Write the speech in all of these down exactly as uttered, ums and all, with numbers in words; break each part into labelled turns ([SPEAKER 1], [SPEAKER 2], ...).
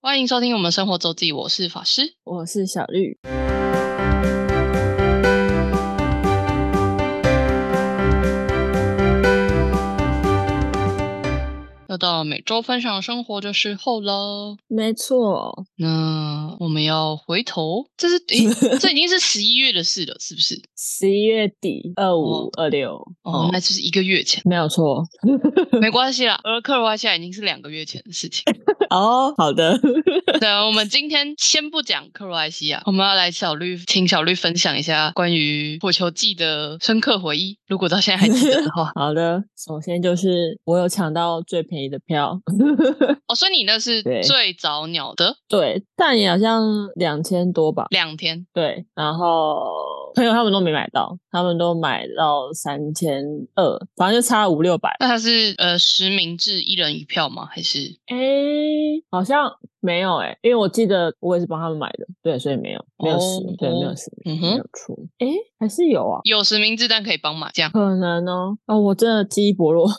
[SPEAKER 1] 欢迎收听我们生活周记，我是法师，
[SPEAKER 2] 我是小绿。
[SPEAKER 1] 又到了每周分享生活的时候了。
[SPEAKER 2] 没错，
[SPEAKER 1] 那我们要回头，这是诶，这已经是十一月的事了，是不是？
[SPEAKER 2] 十一月底，二五、二六，
[SPEAKER 1] 哦，那就是一个月前，
[SPEAKER 2] 没有错，
[SPEAKER 1] 没关系啦。而克罗埃西亚已经是两个月前的事情。
[SPEAKER 2] 哦，好的。
[SPEAKER 1] 对，我们今天先不讲克罗埃西亚，我们要来小绿，请小绿分享一下关于火球季的深刻回忆。如果到现在还记得的话，
[SPEAKER 2] 好的，首先就是我有抢到最便宜的票。
[SPEAKER 1] 哦，所以你那是最早鸟的，
[SPEAKER 2] 对，但也好像两千多吧，
[SPEAKER 1] 两天。
[SPEAKER 2] 对，然后朋友他们都没买到，他们都买到三千二，反正就差五六百。
[SPEAKER 1] 那它是呃实名制一人一票吗？还是？
[SPEAKER 2] 诶，好像没有诶，因为我记得我也是帮他们买的，对，所以没有没有实名，
[SPEAKER 1] 哦、
[SPEAKER 2] 对，没有实名，
[SPEAKER 1] 嗯哼，
[SPEAKER 2] 没有出。诶，还是有啊，
[SPEAKER 1] 有实名制但可以帮买，这样
[SPEAKER 2] 可能哦。哦，我真的记忆薄弱。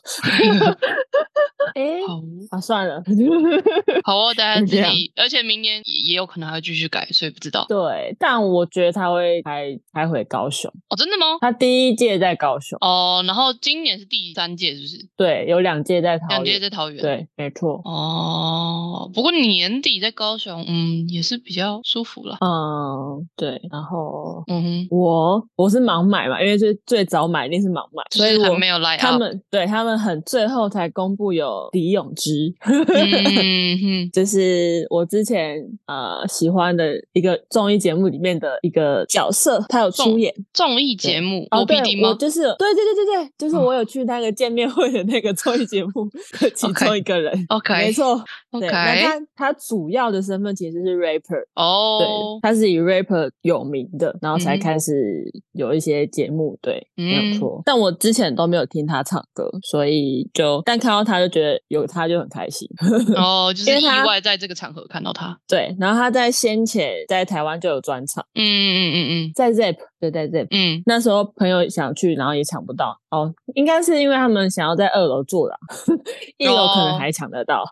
[SPEAKER 2] 诶，
[SPEAKER 1] 好
[SPEAKER 2] 啊，算了。
[SPEAKER 1] 好哦，大家自己，而且明年也也有可能还会继续改，所以不知道。
[SPEAKER 2] 对，但我觉得他会开开回高雄。
[SPEAKER 1] 哦，真的吗？
[SPEAKER 2] 他第一届在高雄
[SPEAKER 1] 哦，然后今年是第三届，是不是？
[SPEAKER 2] 对，有两届在桃园，
[SPEAKER 1] 两届在桃园，
[SPEAKER 2] 对，没错。
[SPEAKER 1] 哦，不过年底在高雄，嗯，也是比较舒服了。
[SPEAKER 2] 嗯，对，然后
[SPEAKER 1] 嗯哼，
[SPEAKER 2] 我我是盲买嘛，因为是最早买一定是盲买，
[SPEAKER 1] 所以我没有来。
[SPEAKER 2] 他们对他们很最后才公布有李永芝。
[SPEAKER 1] 嗯哼，
[SPEAKER 2] 就是我之前呃喜欢的一个综艺节目里面的一个角色，他有出演
[SPEAKER 1] 综艺节目。
[SPEAKER 2] 哦，对，
[SPEAKER 1] 吗？
[SPEAKER 2] 我就是对对对对对，就是我有去那个见面会的那个综艺节目的其中一个人。
[SPEAKER 1] OK，
[SPEAKER 2] 没错。
[SPEAKER 1] OK，
[SPEAKER 2] 对，那他他主要的身份其实是 rapper。
[SPEAKER 1] 哦，
[SPEAKER 2] 对，他是以 rapper 有名的，然后才开始有一些节目。对，
[SPEAKER 1] 嗯、
[SPEAKER 2] 没有错。但我之前都没有听他唱歌，所以就但看到他就觉得有他就很开心。
[SPEAKER 1] 哦，就是意外在这个场合看到他。
[SPEAKER 2] 对，然后他在先前在台湾就有专场。
[SPEAKER 1] 嗯嗯嗯嗯，
[SPEAKER 2] 在 Zep， 对，在 Zep。
[SPEAKER 1] 嗯，
[SPEAKER 2] 那时候朋友想去，然后也抢不到。哦，应该是因为他们想要在二楼坐啦，一楼可能还抢得到。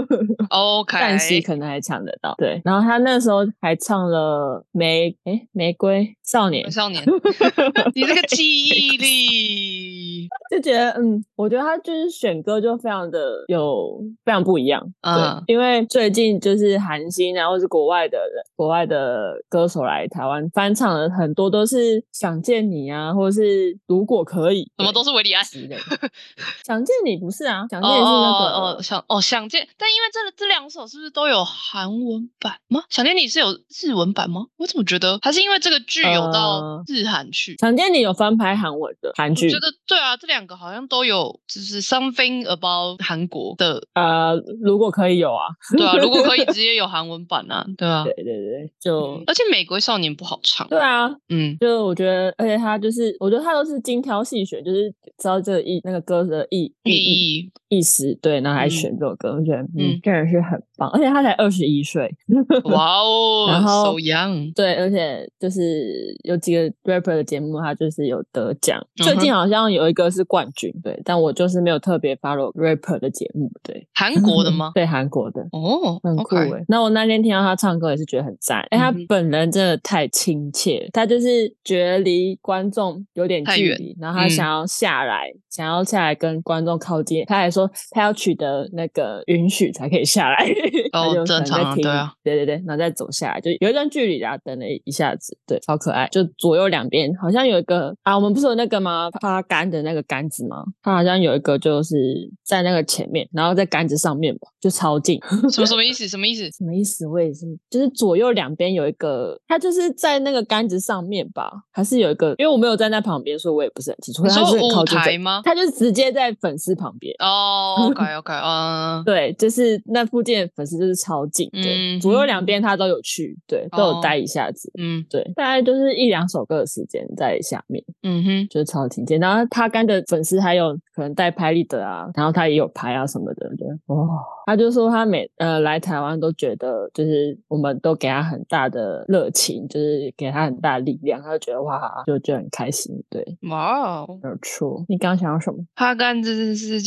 [SPEAKER 1] OK，
[SPEAKER 2] 暂时可能还抢得到。对，然后他那时候还唱了玫诶玫瑰少年
[SPEAKER 1] 少年。你这个记忆力
[SPEAKER 2] 就觉得嗯，我觉得他就是选歌就非常的有非常不一样。
[SPEAKER 1] 嗯，
[SPEAKER 2] 对，因为最近就是韩星啊或是国外的人国外的歌手来台湾翻唱的很多都是想见你啊，或者是如果可以，
[SPEAKER 1] 什么都是维里安
[SPEAKER 2] 之类的。想见你不是啊，想见你是那个
[SPEAKER 1] 哦哦想哦想见，但因为这这两首是不是都有韩文版吗？想见你是有日文版吗？我怎么觉得还是因为这个剧有到日韩去？
[SPEAKER 2] 呃、想见你有翻拍韩文的韩剧，
[SPEAKER 1] 我觉得对啊，这两个好像都有，就是 something about 韩国的。
[SPEAKER 2] 呃，如果可以有啊，
[SPEAKER 1] 对啊，如果可以直接有韩文版啊，对啊，
[SPEAKER 2] 对对对，就、
[SPEAKER 1] 嗯、而且《玫瑰少年》不好唱，
[SPEAKER 2] 对啊，
[SPEAKER 1] 嗯，
[SPEAKER 2] 就我觉得，而且他就是，我觉得他都是精挑细选，就是知道这个意那个歌的意
[SPEAKER 1] 意义
[SPEAKER 2] 意思，对，然后还选这首歌，嗯、我觉得嗯，真的是很棒，而且他才二十一岁，
[SPEAKER 1] 哇哦，
[SPEAKER 2] 然后
[SPEAKER 1] so young，
[SPEAKER 2] 对，而且就是有几个 rapper 的节目，他就是有得奖，嗯、最近好像有一个是冠军，对，但我就是没有特别 follow rapper 的节目，对，
[SPEAKER 1] 韩国的吗？
[SPEAKER 2] 对，韩国的，
[SPEAKER 1] 哦，
[SPEAKER 2] 很酷哎、欸。那我那天听到他唱歌也是觉得很赞，哎、欸，他本人真的太亲切，他就是觉得离观众有点距离，然后他想要下来、嗯，想要下来跟观众靠近，他还说他要取得那个允许才可以下来，
[SPEAKER 1] 哦，
[SPEAKER 2] 他就
[SPEAKER 1] 正常啊，对啊，
[SPEAKER 2] 对对对，然后再走下来，就有一段距离啊，等了一下子，对，超可爱，就左右两边好像有一个啊，我们不是有那个吗？发杆的那个杆子吗？他好像有一个就是在那个前面，然后在杆子上面吧，就超近。
[SPEAKER 1] 什么什么意思？什么意思？
[SPEAKER 2] 什么意思？我也是，就是左右两边有一个，他就是在那个杆子上面吧，还是有一个？因为我没有站在旁边，所以我也不是很清楚。
[SPEAKER 1] 你说舞
[SPEAKER 2] 台
[SPEAKER 1] 台吗？
[SPEAKER 2] 他就直接在粉丝旁边。
[SPEAKER 1] 哦 ，OK OK， 嗯，
[SPEAKER 2] 对，就是那附近的粉丝就是超近，对，嗯、左右两边他都有去，对，都有待一下子，嗯，对，大概就是一两首歌的时间在下面，嗯哼，就是超亲切。然后他跟的粉丝还有可能带拍立得啊，然后他也有拍啊什么的，对，哇，他就说他每呃来台湾都觉得就是我们都给他很大的热情，就是给他很大的力量，他就觉得哇，就就很开心，对，
[SPEAKER 1] 哇哦，
[SPEAKER 2] 没有错。你刚刚想要什么？
[SPEAKER 1] 哈干真的是就是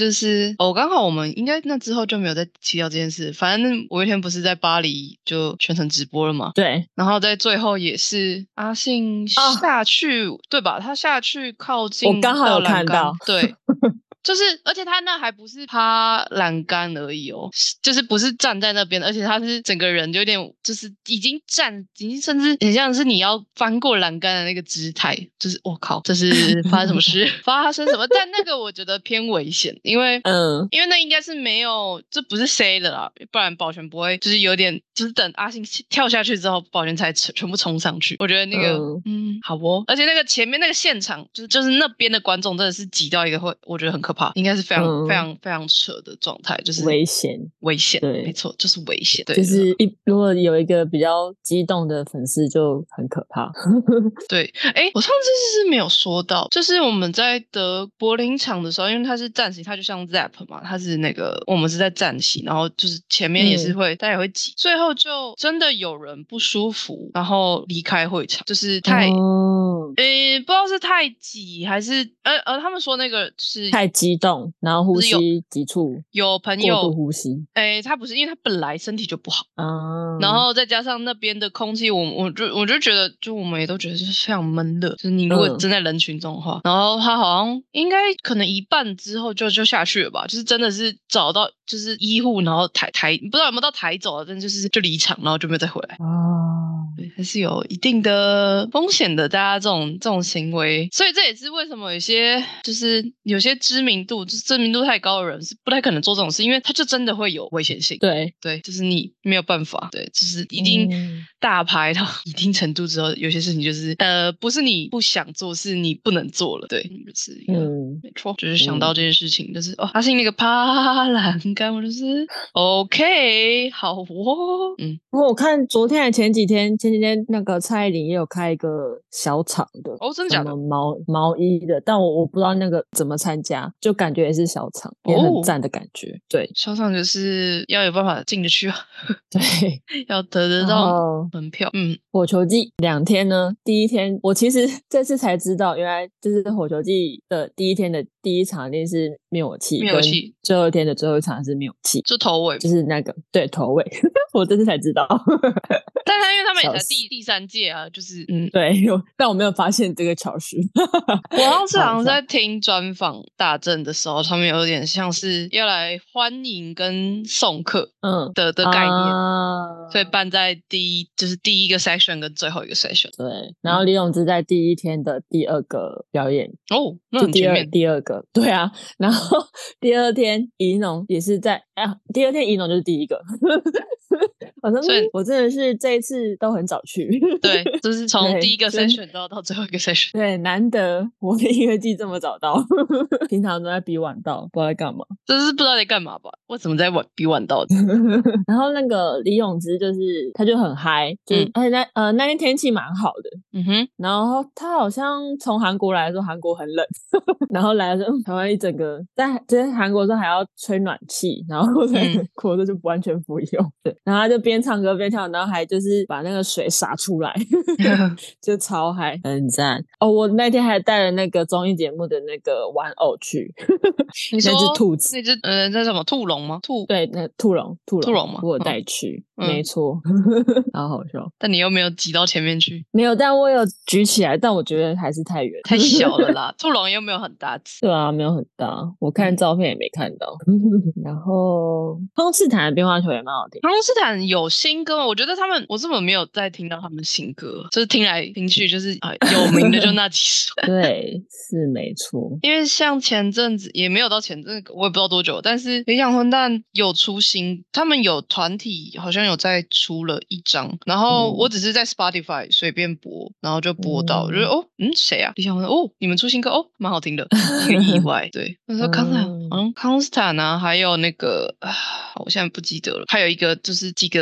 [SPEAKER 1] 是哦，刚好我们应该那之后就没有再提到这件事。反正五月天不是在巴黎就全程直播了嘛？
[SPEAKER 2] 对。
[SPEAKER 1] 然后在最后也是阿信下去、哦、对吧？他下去靠近
[SPEAKER 2] 我刚好有看到，
[SPEAKER 1] 对。就是，而且他那还不是趴栏杆而已哦，就是不是站在那边，而且他是整个人有点，就是已经站，已经甚至很像是你要翻过栏杆的那个姿态，就是我靠，这是发生什么事？发生什么？但那个我觉得偏危险，因为嗯，因为那应该是没有，这不是 C 的啦，不然保全不会，就是有点，就是等阿信跳下去之后，保全才全部冲上去。我觉得那个，嗯，嗯好哦，而且那个前面那个现场，就是就是那边的观众真的是挤到一个会，我觉得很可怕。应该是非常、嗯、非常非常扯的状态，就是
[SPEAKER 2] 危险，
[SPEAKER 1] 危险，
[SPEAKER 2] 对，
[SPEAKER 1] 没错，就是危险，对，
[SPEAKER 2] 就是一如果有一个比较激动的粉丝就很可怕。
[SPEAKER 1] 对，哎，我上次是没有说到，就是我们在得柏林场的时候，因为它是站席，它就像 Zap 嘛，它是那个我们是在站席，然后就是前面也是会，大家、嗯、也会挤，最后就真的有人不舒服，然后离开会场，就是太，哦，诶，不知道是太挤还是呃呃，他们说那个就是
[SPEAKER 2] 太激动，然后呼吸急促，
[SPEAKER 1] 有朋友
[SPEAKER 2] 过度呼吸。
[SPEAKER 1] 诶，他不是，因为他本来身体就不好啊，然后再加上那边的空气，我我就我就觉得，就我们也都觉得就是非常闷的，就是你如果真在人群中的话，嗯、然后他好像应该可能一半之后就就下去了吧，就是真的是找到就是医护，然后抬抬，不知道有没有到抬走了，但就是就离场，然后就没有再回来啊。对，还是有一定的风险的，大家这种这种行为，所以这也是为什么有些就是有些知名度，就是知名度太高的人是不太可能做这种事，因为他就真的会有危险性。
[SPEAKER 2] 对
[SPEAKER 1] 对，就是你没有办法，对，就是一定大牌到一定程度之后，有些事情就是呃，不是你不想做，是你不能做了。对，就是一个、嗯、没错，就是想到这件事情，嗯、就是哦，他是那个趴栏杆，我就是 OK， 好哦，嗯。
[SPEAKER 2] 不过我看昨天还前几天，前几天那个蔡依林也有开一个小场的，
[SPEAKER 1] 哦，真的假的？
[SPEAKER 2] 什么毛毛衣的，但我我不知道那个怎么参加，就感觉也是小场，也很赞的感觉。哦、对，
[SPEAKER 1] 小场就是要有办法进得去啊，
[SPEAKER 2] 对，
[SPEAKER 1] 要得得到门票。嗯，
[SPEAKER 2] 火球季两天呢，第一天我其实这次才知道，原来就是火球季的第一天的第一场一定是灭火器，
[SPEAKER 1] 灭火器，
[SPEAKER 2] 最后一天的最后一场是灭火器，
[SPEAKER 1] 就头尾，
[SPEAKER 2] 就是那个对头尾，我这次才知道。
[SPEAKER 1] 但他因为他们也才第第三届啊，就是
[SPEAKER 2] 嗯，对，但我没有发现这个巧事。
[SPEAKER 1] 我上次好像在听专访大正的时候，他们有点像是要来欢迎跟送客嗯的的概念，啊、所以办在第一就是第一个 section 跟最后一个 section。
[SPEAKER 2] 对，然后李永芝在第一天的第二个表演
[SPEAKER 1] 哦，那很全面。
[SPEAKER 2] 第二个对啊，然后第二天宜农也是在啊，第二天宜农就是第一个。好像我真的是这一次都很早去，
[SPEAKER 1] 对，就是从第一个 session 到到最后一个 session，
[SPEAKER 2] 对，难得我的音乐季这么早到，平常都在比晚到，不知道在干嘛，
[SPEAKER 1] 就是不知道在干嘛吧？为什么在晚比晚到的？
[SPEAKER 2] 然后那个李永芝就是他就很嗨，就是、嗯、而且那呃那天天气蛮好的，嗯哼，然后他好像从韩国来的时候，韩国很冷，然后来的时候台湾一整个在在韩国的时候还要吹暖气，然后在韩国的就完全不用，对，然后他就边唱歌边跳，然后还就是把那个水洒出来，就超嗨，很赞哦！我那天还带了那个综艺节目的那个玩偶去，
[SPEAKER 1] 你说
[SPEAKER 2] 那只兔子，
[SPEAKER 1] 那只呃，那什么兔笼吗？兔
[SPEAKER 2] 对，那兔笼，兔笼，
[SPEAKER 1] 兔笼吗？
[SPEAKER 2] 我有带去，嗯、没错，好好笑。
[SPEAKER 1] 但你又没有挤到前面去，
[SPEAKER 2] 没有，但我有举起来，但我觉得还是太远，
[SPEAKER 1] 太小了啦。兔笼又没有很大只，
[SPEAKER 2] 对啊，没有很大，我看照片也没看到。然后康斯坦的变化球也蛮好听，
[SPEAKER 1] 康斯坦有新歌吗？我觉得他们，我根本没有在听到他们新歌，就是听来听去就是啊、呃、有名的就那几首。
[SPEAKER 2] 对，是没错。
[SPEAKER 1] 因为像前阵子也没有到前阵子，我也不知道多久，但是理想混蛋有出新，他们有团体好像有在出了一张，然后我只是在 Spotify 随便播，然后就播到，我觉得哦，嗯，谁啊？理想混蛋哦，你们出新歌哦，蛮好听的，一个意外。对，我说康斯坦，嗯，康斯坦啊，还有那个啊，我现在不记得了，还有一个就是几个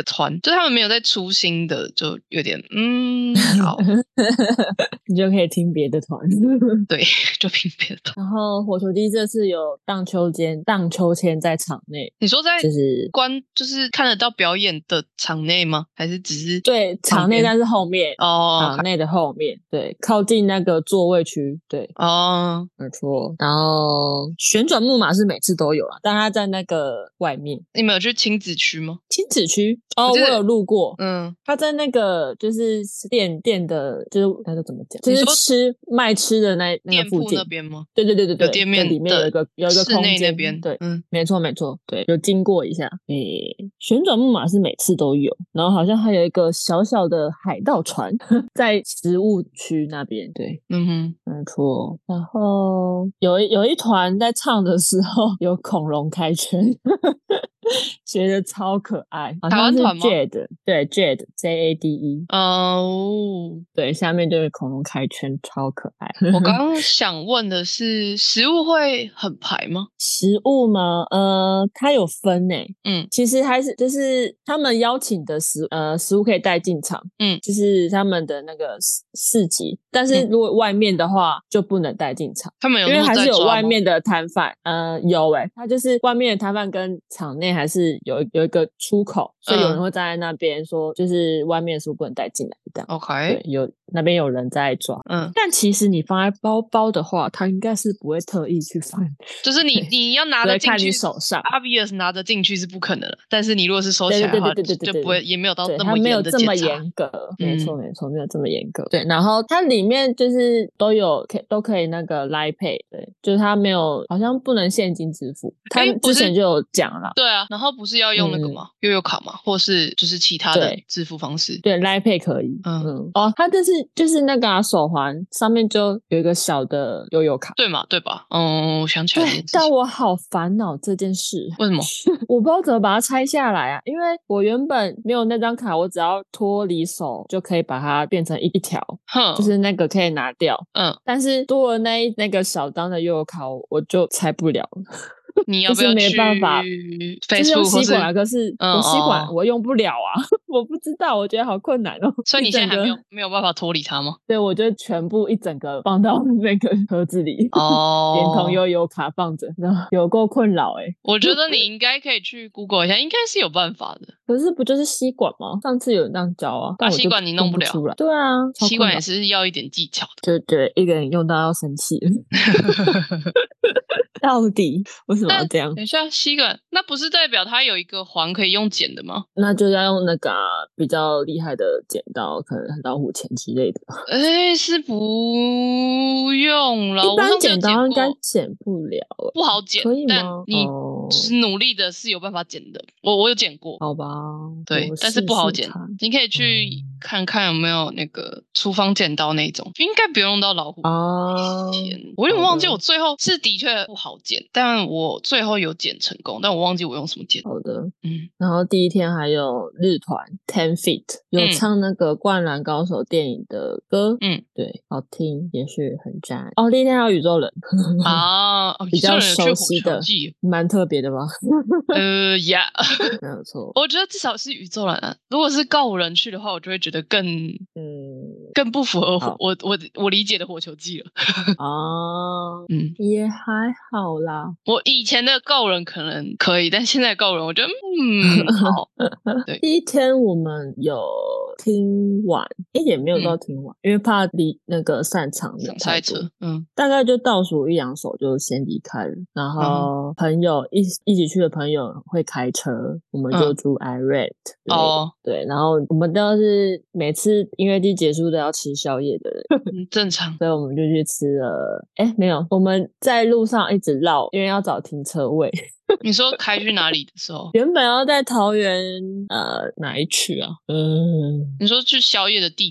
[SPEAKER 1] 团，就他们没有在出新的，就有点嗯好，
[SPEAKER 2] 你就可以听别的团，
[SPEAKER 1] 对，就听别的团。
[SPEAKER 2] 然后火球季这次有荡秋千，荡秋千在场内，
[SPEAKER 1] 你说在
[SPEAKER 2] 就是
[SPEAKER 1] 观就是看得到表演的场内吗？还是只是
[SPEAKER 2] 对场内，但是后面
[SPEAKER 1] 哦，
[SPEAKER 2] 场内的后面，对，靠近那个座位区，对，
[SPEAKER 1] 哦，
[SPEAKER 2] 没错。然后旋转木马是每次都有啊，但它在那个外面。
[SPEAKER 1] 你们有去亲子区吗？
[SPEAKER 2] 亲子区哦，我有路过，
[SPEAKER 1] 嗯，
[SPEAKER 2] 他在那个就是店店的，就是那个怎么讲，就是吃卖吃的那那个附近
[SPEAKER 1] 那边吗？
[SPEAKER 2] 对对对对对，
[SPEAKER 1] 有店面
[SPEAKER 2] 里面有一个有一个空间，
[SPEAKER 1] 那边
[SPEAKER 2] 对，嗯，没错没错，对，有经过一下。诶，旋转木马是每次都有，然后好像还有一个小小的海盗船在食物区那边，对，
[SPEAKER 1] 嗯哼，
[SPEAKER 2] 没错。然后有有一团在唱的时候有恐龙开圈。觉得超可爱，好像是 Jade， 对 Jade J A D E
[SPEAKER 1] 哦，
[SPEAKER 2] 对，下面就是恐龙开圈，超可爱。
[SPEAKER 1] 我刚刚想问的是，食物会很排吗？
[SPEAKER 2] 食物吗？呃，它有分诶，
[SPEAKER 1] 嗯，
[SPEAKER 2] 其实还是就是他们邀请的食呃食物可以带进场，
[SPEAKER 1] 嗯，
[SPEAKER 2] 就是他们的那个市集，但是如果外面的话、嗯、就不能带进场。
[SPEAKER 1] 他们有
[SPEAKER 2] 因为还是有外面的摊贩，呃，有诶，它就是外面的摊贩跟场内还是有有一个出口，所以有人会站在那边说，就是外面的食物不能带进来这样。
[SPEAKER 1] OK，
[SPEAKER 2] 对，有那边有人在抓，
[SPEAKER 1] 嗯，
[SPEAKER 2] 但其实你放在包包的话，他应该是不会特意去放，
[SPEAKER 1] 就是你你要拿得进去，
[SPEAKER 2] 看你手上
[SPEAKER 1] ，obvious 拿得进去是不可能的，但是你如果是收起来的话，
[SPEAKER 2] 对对对对对
[SPEAKER 1] 就不会也没有到那
[SPEAKER 2] 么严
[SPEAKER 1] 的
[SPEAKER 2] 这么严格，没错没错，没有这么严格。对，然后它里面就是都有可都可以那个 Line Pay， 对，就是它没有好像不能现金支付，它之前就有讲了。
[SPEAKER 1] 对啊，然后不是要用那个吗？悠游卡吗？或是就是其他的支付方式？
[SPEAKER 2] 对 ，Line Pay 可以。嗯嗯，哦，它就是就是那个、啊、手环上面就有一个小的悠游卡，
[SPEAKER 1] 对嘛对吧？嗯，我想起来。
[SPEAKER 2] 对，但我好烦恼这件事。
[SPEAKER 1] 为什么？
[SPEAKER 2] 我不知道怎么把它拆下来啊，因为我原本没有那张卡，我只要脱离手就可以把它变成一条，就是那个可以拿掉。嗯，但是多了那一那个小张的悠游卡，我就拆不了。
[SPEAKER 1] 你要不要
[SPEAKER 2] 就是没办法，就是用吸管啊，可是我吸管我用不了啊，我不知道，我觉得好困难哦。
[SPEAKER 1] 所以你现在还没有没有办法脱离它吗？
[SPEAKER 2] 对，我就全部一整个放到那个盒子里，哦，连同悠游卡放着，有够困扰哎。
[SPEAKER 1] 我觉得你应该可以去 Google 一下，应该是有办法的。
[SPEAKER 2] 可是不就是吸管吗？上次有人这样教啊，但
[SPEAKER 1] 吸管你弄不了。
[SPEAKER 2] 对啊，
[SPEAKER 1] 吸管也是要一点技巧的。
[SPEAKER 2] 对对，一个人用到要生气了。到底为什么要这样？
[SPEAKER 1] 等一下，吸管那不是代表它有一个环可以用剪的吗？
[SPEAKER 2] 那就要用那个、啊、比较厉害的剪刀，可能老虎钳之类的。
[SPEAKER 1] 哎，是不用了，
[SPEAKER 2] 一般剪刀应该剪不了，
[SPEAKER 1] 不好剪，
[SPEAKER 2] 可以吗？
[SPEAKER 1] 但你是努力的是有办法剪的。我我有剪过，
[SPEAKER 2] 好吧？
[SPEAKER 1] 对，但是不好剪。你可以去看看有没有那个厨房剪刀那种，应该不用用到老虎钳。我有点忘记，我最后是的确不好剪，但我最后有剪成功，但我忘记我用什么剪。
[SPEAKER 2] 好的，嗯。然后第一天还有日团 Ten Feet 有唱那个《灌篮高手》电影的歌，嗯，对，好听，也是很赞。哦，第一天还有宇宙人
[SPEAKER 1] 啊，
[SPEAKER 2] 比较熟悉的，蛮特别的吧？
[SPEAKER 1] 呃呀，
[SPEAKER 2] 没有错。
[SPEAKER 1] 我觉得至少是宇宙人啊，如果是告五人去的话，我就会觉得更嗯更不符合我我我理解的火球季了。
[SPEAKER 2] 哦，嗯，也还好啦。
[SPEAKER 1] 我以前的告人可能可以，但现在告人我觉得嗯好。对，
[SPEAKER 2] 第一天我们有听完，一点没有到听完，嗯、因为怕离那个散场的太多，嗯，大概就倒数一两首就先离开了。然后朋友、嗯、一一起去的朋友会开车，我们就租 iRent、嗯、哦，对，然后我们都是每次音乐季结束都要吃宵夜的人，
[SPEAKER 1] 嗯，正常，
[SPEAKER 2] 所以我们就去吃了。哎，没有，我们在路上一直绕，因为要找停车位。
[SPEAKER 1] 你说开去哪里的时候？
[SPEAKER 2] 原本要在桃园呃哪一区啊？嗯，
[SPEAKER 1] 你说去宵夜的地点吗？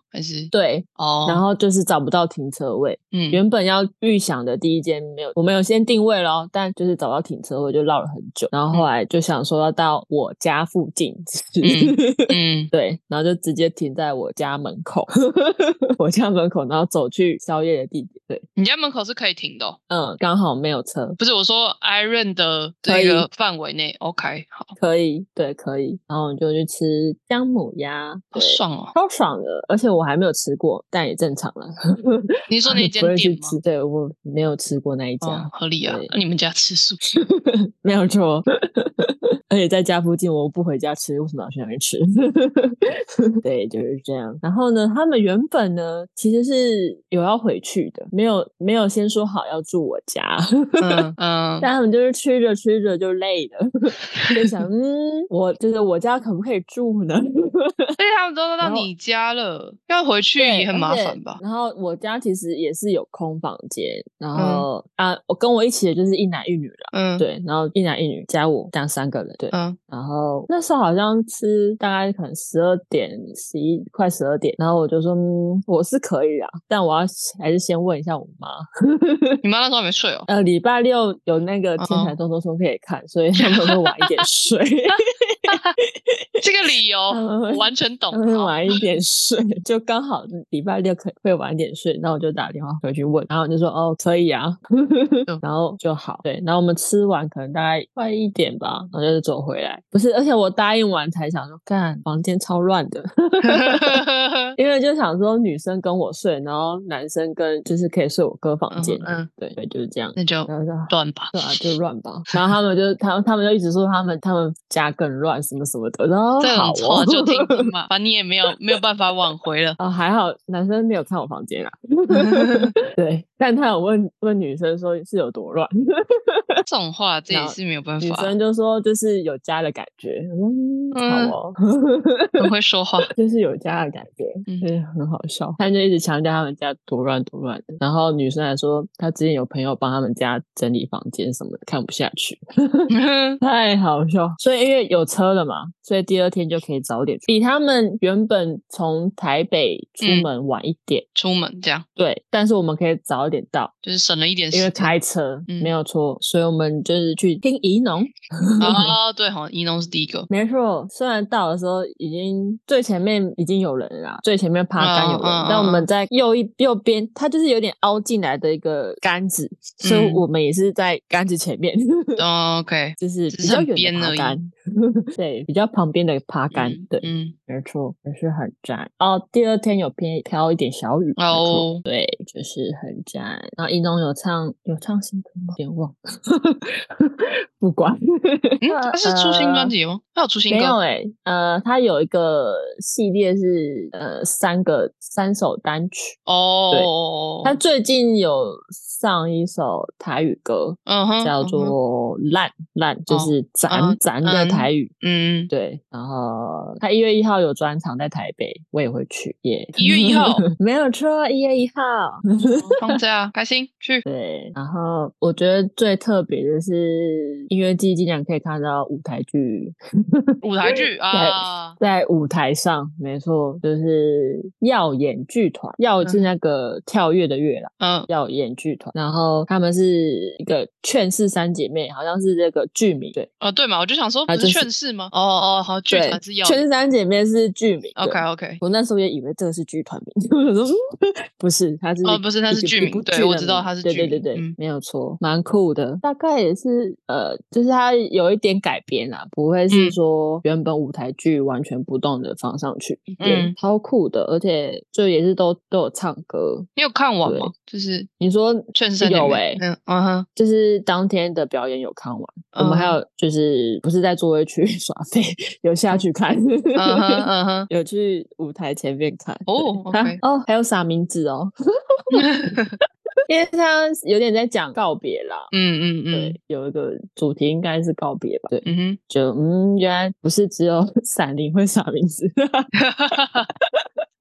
[SPEAKER 1] 还是
[SPEAKER 2] 对哦，然后就是找不到停车位。嗯，原本要预想的第一间没有，我们有先定位咯，但就是找到停车位就绕了很久，然后后来就想说要到我家附近，嗯，嗯对，然后就直接停在我家门口，我家门口，然后走去宵夜的地点。对，
[SPEAKER 1] 你家门口是可以停的哦？
[SPEAKER 2] 嗯，刚好没有车。
[SPEAKER 1] 不是我说 Iron 的这个范围内 ，OK， 好，
[SPEAKER 2] 可以，对，可以。然后我就去吃姜母鸭，
[SPEAKER 1] 好爽哦，
[SPEAKER 2] 超爽的，而且我还没有吃过，但也正常了。
[SPEAKER 1] 你说那间店吗？
[SPEAKER 2] 对，我没有吃过那一家，
[SPEAKER 1] 哦、合理啊。那你们家吃素？
[SPEAKER 2] 没有错。而且在家附近，我不回家吃，为什么要去那边吃？对，就是这样。然后呢，他们原本呢其实是有要回去的，没有没有先说好要住我家。嗯嗯，但他们就是吃着吃着就累了，就想嗯，我就是我家可不可以住呢？
[SPEAKER 1] 而且他们都到你家了，要回去也很麻烦吧？
[SPEAKER 2] 然后我家其实也是有空房间，然后、嗯、啊，我跟我一起的就是一男一女了。嗯，对，然后一男一女加我这样三个人。对，嗯，然后那时候好像吃大概可能十二点、十一快十二点，然后我就说，嗯，我是可以啦，但我要还是先问一下我妈。
[SPEAKER 1] 你妈那时候还没睡哦？
[SPEAKER 2] 呃，礼拜六有那个天才动作村可以看，所以他们会晚一点睡。
[SPEAKER 1] 这个理由我完全懂。
[SPEAKER 2] 他们会晚一点睡，就刚好礼拜六可会晚一点睡，那我就打电话回去问，然后我就说哦可以啊，然后就好。对，然后我们吃完可能大概快一点吧，然后就走回来。不是，而且我答应完才想说，干房间超乱的，因为就想说女生跟我睡，然后男生跟就是可以睡我哥房间。嗯，嗯对对，就是这样。
[SPEAKER 1] 那就乱吧，
[SPEAKER 2] 对啊，就乱吧。然后他们就他他们就一直说他们他们家更乱什么什么的。然后
[SPEAKER 1] 这种话就听听嘛，反正你也没有没有办法挽回了。
[SPEAKER 2] 哦，还好男生没有看我房间啦。对，但他有问问女生说是有多乱。
[SPEAKER 1] 这种话这也是没有办法。
[SPEAKER 2] 女生就说就是有家的感觉。嗯，好哦，
[SPEAKER 1] 很会说话，
[SPEAKER 2] 就是有家的感觉，嗯，很好笑。他就一直强调他们家多乱多乱的，然后女生还说她之前有朋友帮他们家整理房间什么的，看不下去。太好笑。所以因为有车了嘛，所以第二天就可以早点出，比他们原本从台北出门晚一点、嗯、
[SPEAKER 1] 出门这样。
[SPEAKER 2] 对，但是我们可以早一点到，
[SPEAKER 1] 就是省了一点时间，
[SPEAKER 2] 因为开车、嗯、没有错。所以我们就是去听宜农。
[SPEAKER 1] 哦，对齁，宜农是第一个，
[SPEAKER 2] 没错。虽然到的时候已经最前面已经有人了啦，最前面趴杆有人、嗯、但我们在右一右边，它就是有点凹进来的一个杆子、嗯、所以我们也是在杆子前面。
[SPEAKER 1] 哦 OK，
[SPEAKER 2] 就是比较远的趴杆。对，比较旁边的趴杆、嗯、对，嗯，没错，也是很赞哦。第二天有偏飘一点小雨哦，对，就是很赞。然后宜农有唱有唱新歌吗？有点忘了。不管。
[SPEAKER 1] 嗯，他是出新专辑吗？他有出新歌？
[SPEAKER 2] 没有诶、欸、呃，他有一个系列是呃三个三首单曲哦。对，他最近有上一首台语歌，嗯哼，叫做烂烂，就是咱咱的台语，嗯，对。然后他一月一号有专场在台北，我也会去耶。
[SPEAKER 1] 一月一号
[SPEAKER 2] 没有错，一月一号，
[SPEAKER 1] 放假开心去。
[SPEAKER 2] 对，然后我觉得最特别的是音乐季竟然可以看到舞台剧，
[SPEAKER 1] 舞台剧啊，
[SPEAKER 2] 在舞台上，没错，就是耀眼剧团，耀是那个跳跃的跃啦，嗯，耀眼剧团。然后他们是一个劝世三姐妹，好像是这个剧名，对，
[SPEAKER 1] 哦对嘛，我就想说不是劝世吗？哦哦，好，剧团是耀
[SPEAKER 2] 劝世三姐妹是剧名
[SPEAKER 1] ，OK OK，
[SPEAKER 2] 我那时候也以为这个是剧团名，我说不是，它是
[SPEAKER 1] 哦不是，它是剧名，对，我知道它是剧名，
[SPEAKER 2] 对对对对，嗯、没有错，蛮酷的。大概也是呃，就是它有一点改编啦，不会是说原本舞台剧完全不动的放上去，对，嗯、超酷的，而且就也是都都有唱歌。
[SPEAKER 1] 你有看完吗？就是
[SPEAKER 2] 你说
[SPEAKER 1] 劝世
[SPEAKER 2] 有诶、
[SPEAKER 1] 欸，嗯嗯哼，
[SPEAKER 2] 就是当天的表演有看完，嗯、我们还有就是不是在座位区耍废，有下去看，嗯哼嗯哼，有去舞台前面看
[SPEAKER 1] 哦 ，OK，
[SPEAKER 2] 哦，还有撒名字哦。因为他有点在讲告别啦，嗯嗯嗯，对，有一个主题应该是告别吧，对，嗯哼，就嗯，原来不是只有闪灵会撒名字。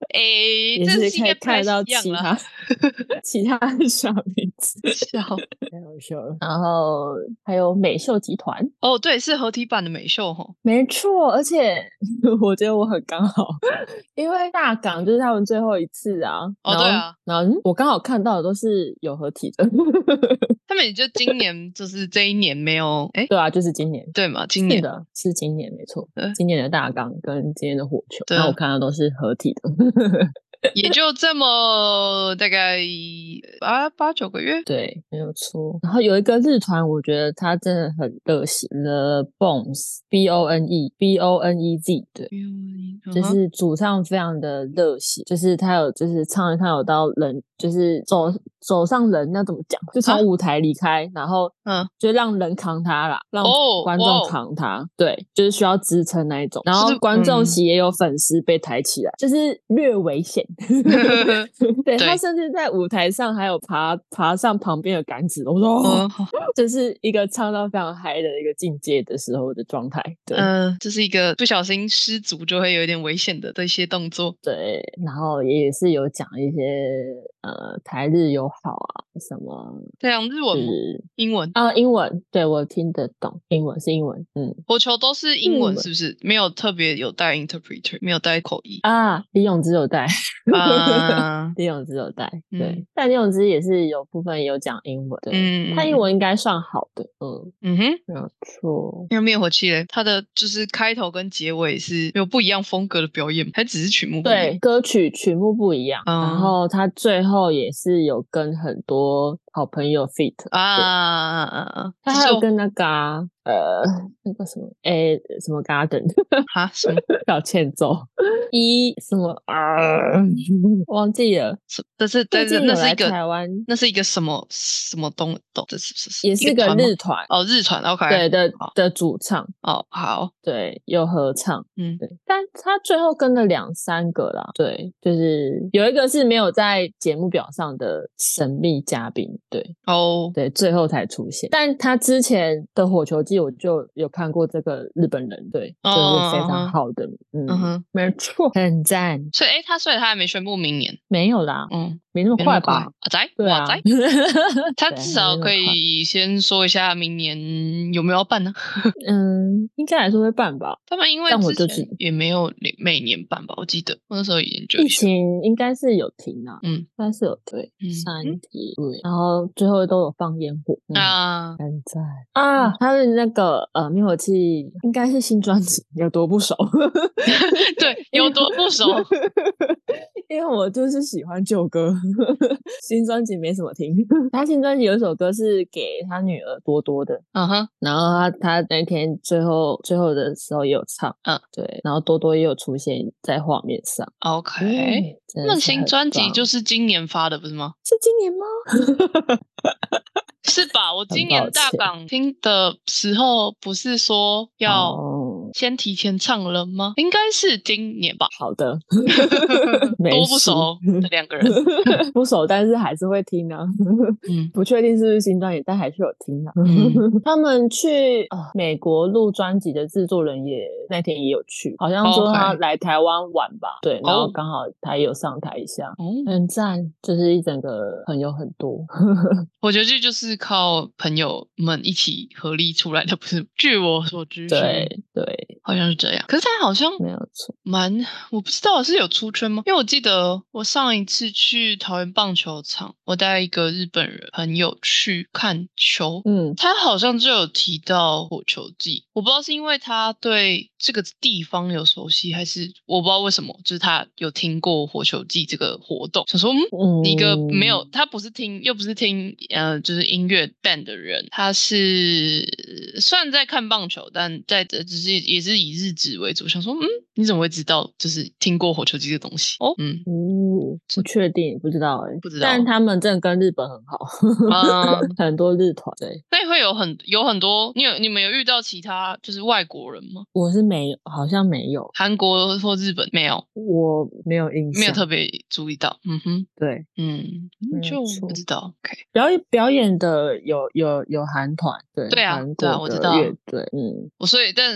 [SPEAKER 1] 哎、欸，
[SPEAKER 2] 也是可以看到其他其他的小名字，
[SPEAKER 1] 笑，
[SPEAKER 2] 太好笑了。然后还有美秀集团，
[SPEAKER 1] 哦，对，是合体版的美秀齁，
[SPEAKER 2] 没错，而且我觉得我很刚好，因为大港就是他们最后一次啊。
[SPEAKER 1] 哦，对啊，
[SPEAKER 2] 然后、嗯、我刚好看到的都是有合体的。
[SPEAKER 1] 他们也就今年就是这一年没有，哎，
[SPEAKER 2] 对啊，就是今年，
[SPEAKER 1] 对嘛，今年
[SPEAKER 2] 是的，是今年没错，今年的大港跟今年的火球，然后我看到都是合体的。
[SPEAKER 1] 也就这么大概八八九个月，
[SPEAKER 2] 对，没有错。然后有一个日团，我觉得他真的很热血 ，The Bones B O N E B O N E Z， 对，
[SPEAKER 1] uh-huh.
[SPEAKER 2] 就是主唱非常的热血，就是他有就是唱一唱有到人，就是走走上人要怎么讲，就从舞台离开，然后嗯，就让人扛他啦，让观众扛他，哦、对，就是需要支撑那一种。然后观众席也有粉丝被抬起来，嗯、就是略危险。对，他甚至在舞台上还有爬爬上旁边的杆子，我说、哦嗯、就是一个唱到非常嗨的一个境界的时候的状态。对，
[SPEAKER 1] 嗯、呃，这是一个不小心失足就会有点危险的这些动作。
[SPEAKER 2] 对，然后也是有讲一些呃台日友好啊什么。
[SPEAKER 1] 对啊，日文吗？英文
[SPEAKER 2] 啊，英文，对，我听得懂，英文是英文，嗯，
[SPEAKER 1] 火球都是英文是不是？没有特别有带 interpreter， 没有带口译
[SPEAKER 2] 啊。李永芝有带
[SPEAKER 1] 啊，
[SPEAKER 2] 李永芝有带，对，嗯、但李永芝也是有部分也有讲英文，对，嗯、他英文应该算好的，嗯
[SPEAKER 1] 嗯哼，
[SPEAKER 2] 没有错。
[SPEAKER 1] 因为灭火器嘞，它的就是开头跟结尾是有不一样风格的表演，还只是曲目不一样，
[SPEAKER 2] 对，歌曲曲目不一样，嗯、然后他最后也是有跟很多好朋友 feat 啊，他还有跟那个、啊、呃那个什么诶什么 garden
[SPEAKER 1] 哈什么
[SPEAKER 2] 搞欠揍一什么啊忘记了，
[SPEAKER 1] 这是这是那是一个
[SPEAKER 2] 台湾
[SPEAKER 1] 那是一个什么什么东东，这是是
[SPEAKER 2] 也是个日团
[SPEAKER 1] 哦，日团 OK
[SPEAKER 2] 对的的主唱
[SPEAKER 1] 哦，好，
[SPEAKER 2] 对，有合唱，嗯，对，但他最后跟了两三个啦，对，就是有一个是没有在节目表上的神秘嘉宾，对
[SPEAKER 1] 哦，
[SPEAKER 2] 对，最后才出现，但他之前的火球季我就有看过这个日本人，对，哦、就是非常好的，嗯，嗯哼没错，很赞。
[SPEAKER 1] 所以，哎，他所以他还没宣布明年，
[SPEAKER 2] 没有啦，嗯，没那么快吧？
[SPEAKER 1] 啊在，
[SPEAKER 2] 对啊，
[SPEAKER 1] 他至少可以先说一下明年有没有要办呢？
[SPEAKER 2] 嗯，应该还是会办吧。
[SPEAKER 1] 他们因为之前也没有每年办吧，我记得我那时候研究一下，
[SPEAKER 2] 疫情应该是有停啊，嗯，应该是有对，嗯、三题对，然后最后都有放烟火、嗯、啊，很赞啊！他的那个呃灭火器应该是新专辑，有多不熟？
[SPEAKER 1] 对，有多不熟？
[SPEAKER 2] 因为我就是喜欢旧歌，新专辑没什么听。他新专辑有一首歌是给他女儿多多的，嗯哼，然后他他那天最后最后的时候也有唱，嗯，对，然后多多也有出现在画面上。
[SPEAKER 1] OK，、嗯、那新专辑就是今年发的不是吗？
[SPEAKER 2] 是今年吗？
[SPEAKER 1] 是吧？我今年大港听的时候不是说要先提前唱了吗？应该是今年吧。
[SPEAKER 2] 好的，
[SPEAKER 1] 多不熟的两个人，
[SPEAKER 2] 不熟，但是还是会听啊。嗯，不确定是不是新专辑，但还是有听啊。嗯、他们去、呃、美国录专辑的制作人也那天也有去，好像说他来台湾玩吧。Okay. 对，然后刚好他也有上台一下，哦、很赞，就是一整个朋友很多。
[SPEAKER 1] 我觉得这就是靠朋友们一起合力出来的，不是？据我所知，
[SPEAKER 2] 对对，
[SPEAKER 1] 好像是这样。可是他好像
[SPEAKER 2] 没有错，
[SPEAKER 1] 蛮我不知道是有出圈吗？因为我记得我上一次去桃园棒球场，我带一个日本人朋友去看球，嗯，他好像就有提到火球季，我不知道是因为他对这个地方有熟悉，还是我不知道为什么，就是他有听过火球季这个活动，想说嗯，一个没有，他不是听，又不是听，呃，就是音乐 band 的人，他是虽然在看棒球，但在只是也是以日职为主，想说嗯，你怎么会知道，就是听过火球季的东西？哦，嗯，
[SPEAKER 2] 哦，不确定，不知道哎、欸，
[SPEAKER 1] 不知道，
[SPEAKER 2] 但他们真的跟日本很好，嗯，很多日团对，
[SPEAKER 1] 所以会有很有很多，你有你们有遇到其他就是外国人吗？
[SPEAKER 2] 我是没有，好像没有，
[SPEAKER 1] 韩国或日本没有，
[SPEAKER 2] 我没有印象，
[SPEAKER 1] 没有特别注意到，嗯哼，
[SPEAKER 2] 对，
[SPEAKER 1] 嗯，就不知道 ，OK，
[SPEAKER 2] 表演表演的有有有韩团，对，
[SPEAKER 1] 对啊，
[SPEAKER 2] 韩国的乐队，嗯，
[SPEAKER 1] 我所以但所以我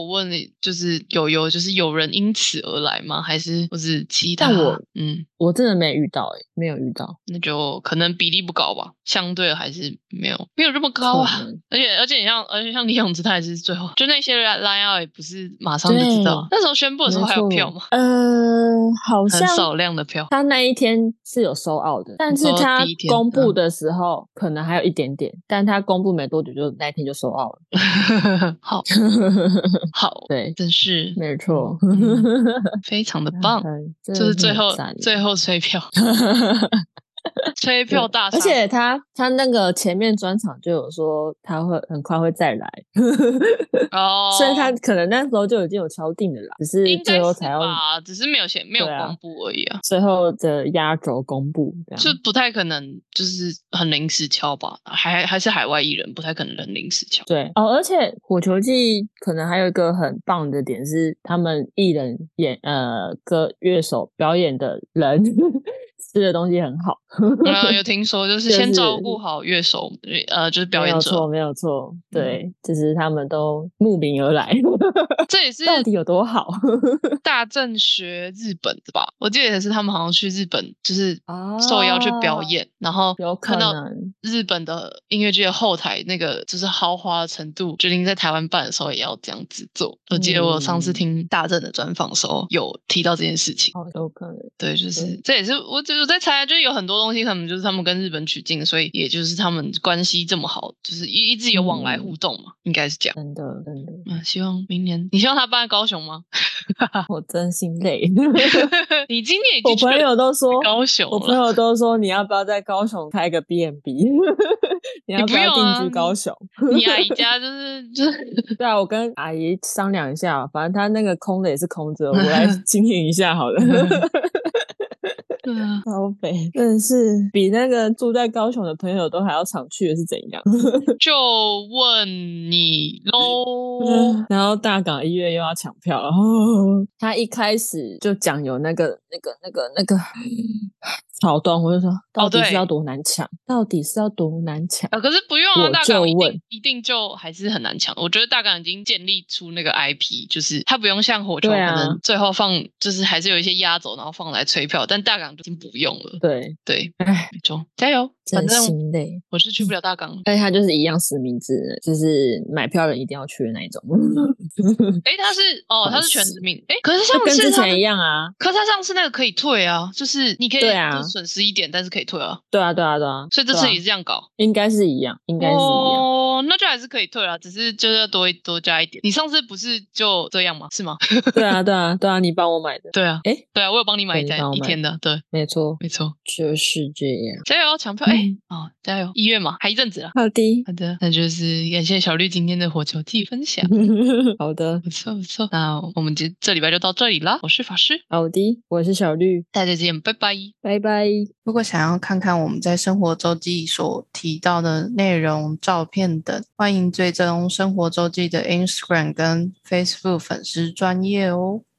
[SPEAKER 1] 问你，就是有有就是有人因此而来吗？还是或是其他？
[SPEAKER 2] 但我
[SPEAKER 1] 嗯，
[SPEAKER 2] 我真的没遇到诶、欸，没有遇到，
[SPEAKER 1] 那就可能比例不高吧，相对还是没有没有这么高啊。而且而且你像而且像李永芝他也是最后就那些 line out 也不是马上就知道，那时候宣布的时候还有票吗？
[SPEAKER 2] 呃，好像
[SPEAKER 1] 很少量的票，
[SPEAKER 2] 他那一天是有收 out 的，但是他公布的时候、嗯、可能还有一点点，但他公布没多久就那一天就收 out 了。
[SPEAKER 1] 好好，
[SPEAKER 2] 对，
[SPEAKER 1] 真是
[SPEAKER 2] 没错、
[SPEAKER 1] 嗯，非常的棒，就是最后最后催票。催票大杀，
[SPEAKER 2] 而且他他那个前面专场就有说他会很快会再来哦，所以他可能那时候就已经有敲定的啦，只是最后才要
[SPEAKER 1] 吧，只是没有先没有公布而已啊。
[SPEAKER 2] 最后的压轴公布，
[SPEAKER 1] 就不太可能就是很临时敲吧，还还是海外艺人，不太可能很临时敲。
[SPEAKER 2] 对哦，而且火球季可能还有一个很棒的点是，他们艺人演呃歌乐手表演的人。吃的东西很好，
[SPEAKER 1] 呃，有听说就是先照顾好乐手，呃，就是表演者，
[SPEAKER 2] 没有错，没有错，对，嗯、就是他们都慕名而来，
[SPEAKER 1] 这也是
[SPEAKER 2] 到底有多好？
[SPEAKER 1] 大正学日本的吧？我记得也是他们好像去日本，就是受邀去表演，哦、然后看到日本的音乐剧的后台那个就是豪华的程度，决定在台湾办的时候也要这样子做。我记得我上次听大正的专访的时候有提到这件事情，
[SPEAKER 2] 哦，有可能，
[SPEAKER 1] 对，就是这也是我我在猜，就是有很多东西可能就是他们跟日本取经，所以也就是他们关系这么好，就是一一直有往来互动嘛，嗯、应该是这样。
[SPEAKER 2] 真的，真的。
[SPEAKER 1] 嗯，希望明年，你希望他办在高雄吗？
[SPEAKER 2] 我真心累。
[SPEAKER 1] 你今年已经
[SPEAKER 2] 我朋友都说
[SPEAKER 1] 高雄了，
[SPEAKER 2] 我朋友都说你要不要在高雄开个 B and B？ 你要不要定居高雄？
[SPEAKER 1] 你, 你阿姨家就是就是
[SPEAKER 2] 对啊，我跟阿姨商量一下，反正他那个空的也是空着，我来经营一下好了。
[SPEAKER 1] 对啊，
[SPEAKER 2] 超肥，真的是比那个住在高雄的朋友都还要常去的是怎样？
[SPEAKER 1] 就问你喽。
[SPEAKER 2] 然后大港医院又要抢票，然后他一开始就讲有那个那个那个那个草东，我就说到底是要多难抢？哦、到底是要多难抢？
[SPEAKER 1] 呃，可是不用啊，大港一
[SPEAKER 2] 定
[SPEAKER 1] 一定就还是很难抢。我觉得大港已经建立出那个 I P， 就是他不用像火球、啊、可能最后放，就是还是有一些压轴，然后放来催票，但大港已经不用了。
[SPEAKER 2] 对
[SPEAKER 1] 对，哎，没错，加油！反正
[SPEAKER 2] 心累，
[SPEAKER 1] 我是去不了大港，
[SPEAKER 2] 但是他就是一样实名制，就是买票人一定要去的那一种。
[SPEAKER 1] 哎，他是哦，他是全实名，哎，可是上次
[SPEAKER 2] 跟之前一样啊，
[SPEAKER 1] 可是他上次那个可以退啊，就是你可以
[SPEAKER 2] 对啊，
[SPEAKER 1] 损失一点，但是可以退啊。
[SPEAKER 2] 对啊，对啊，对啊，
[SPEAKER 1] 所以这次也是这样搞，
[SPEAKER 2] 应该是一样，应该是一样。
[SPEAKER 1] 哦，那就还是可以退啊，只是就要多多加一点。你上次不是就这样吗？是吗？
[SPEAKER 2] 对啊，对啊，对啊，你帮我买的。
[SPEAKER 1] 对啊，
[SPEAKER 2] 哎，
[SPEAKER 1] 对啊，我有帮你买在一天的，对，
[SPEAKER 2] 没错，
[SPEAKER 1] 没错，
[SPEAKER 2] 就是这样。
[SPEAKER 1] 加油，抢票！哎、嗯，哦，加油！一月嘛，还一阵子了。
[SPEAKER 2] 好的，
[SPEAKER 1] 好的，那就是感谢小绿今天的火球季分享。
[SPEAKER 2] 好的，
[SPEAKER 1] 不错不错。那我们这这礼拜就到这里啦。我是法师，
[SPEAKER 2] 好的，我是小绿，
[SPEAKER 1] 大家再见，拜拜，
[SPEAKER 2] 拜拜。
[SPEAKER 1] 如果想要看看我们在生活周记所提到的内容、照片等，欢迎追踪生活周记的 Instagram 跟 Facebook 粉丝专页哦。